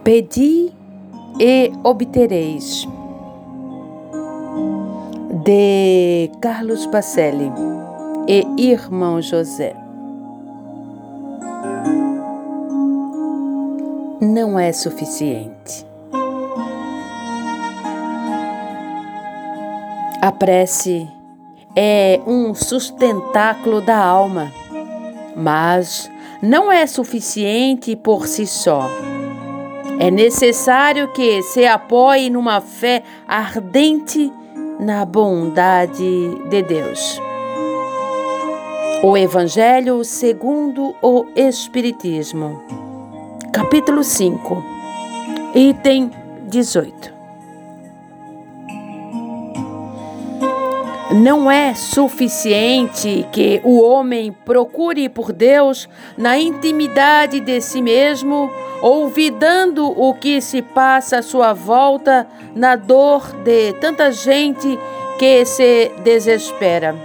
Pedi e obtereis. De Carlos Pacelli e Irmão José. Não é suficiente. A prece é um sustentáculo da alma, mas não é suficiente por si só. É necessário que se apoie numa fé ardente na bondade de Deus. O Evangelho segundo o Espiritismo, capítulo 5, item 18. Não é suficiente que o homem procure por Deus na intimidade de si mesmo, olvidando o que se passa à sua volta na dor de tanta gente que se desespera.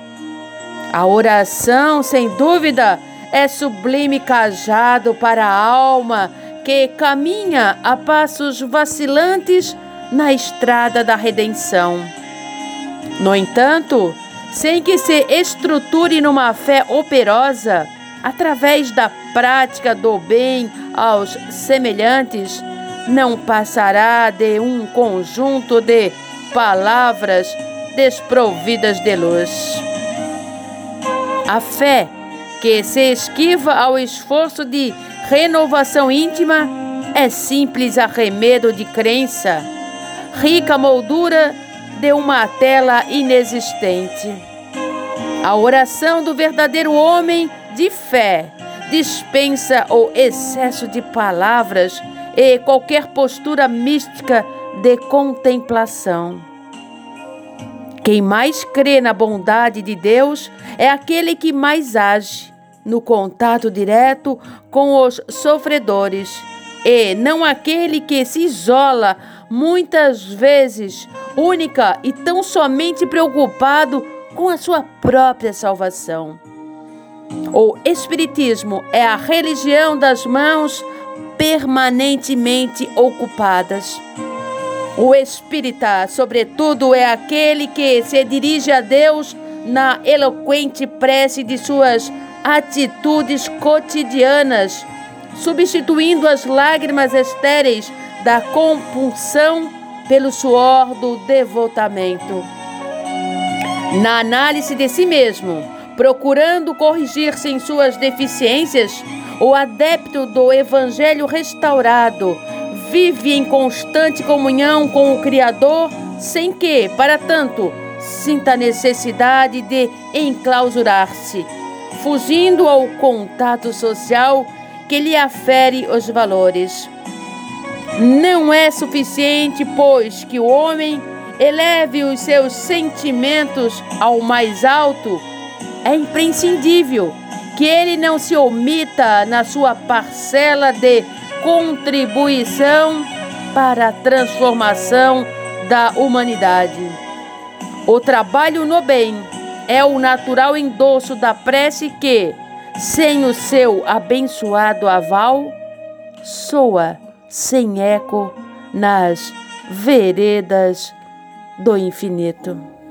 A oração, sem dúvida, é sublime cajado para a alma que caminha a passos vacilantes na estrada da redenção. No entanto, sem que se estruture numa fé operosa, através da prática do bem aos semelhantes, não passará de um conjunto de palavras desprovidas de luz. A fé que se esquiva ao esforço de renovação íntima é simples arremedo de crença, rica moldura de uma tela inexistente. A oração do verdadeiro homem de fé dispensa o excesso de palavras e qualquer postura mística de contemplação. Quem mais crê na bondade de Deus é aquele que mais age no contato direto com os sofredores e não aquele que se isola, muitas vezes única e tão somente preocupado com a sua própria salvação. O Espiritismo é a religião das mãos permanentemente ocupadas. O espírita, sobretudo, é aquele que se dirige a Deus na eloquente prece de suas atitudes cotidianas, substituindo as lágrimas estéreis da compunção pelo suor do devotamento. Na análise de si mesmo, procurando corrigir-se em suas deficiências, o adepto do Evangelho restaurado vive em constante comunhão com o Criador, sem que, para tanto, sinta a necessidade de enclausurar-se, fugindo ao contato social que lhe afere os valores. Não é suficiente, pois, que o homem eleve os seus sentimentos ao mais alto. É imprescindível que ele não se omita na sua parcela de contribuição para a transformação da humanidade. O trabalho no bem é o natural endosso da prece que, sem o seu abençoado aval, soa sem eco nas veredas do infinito.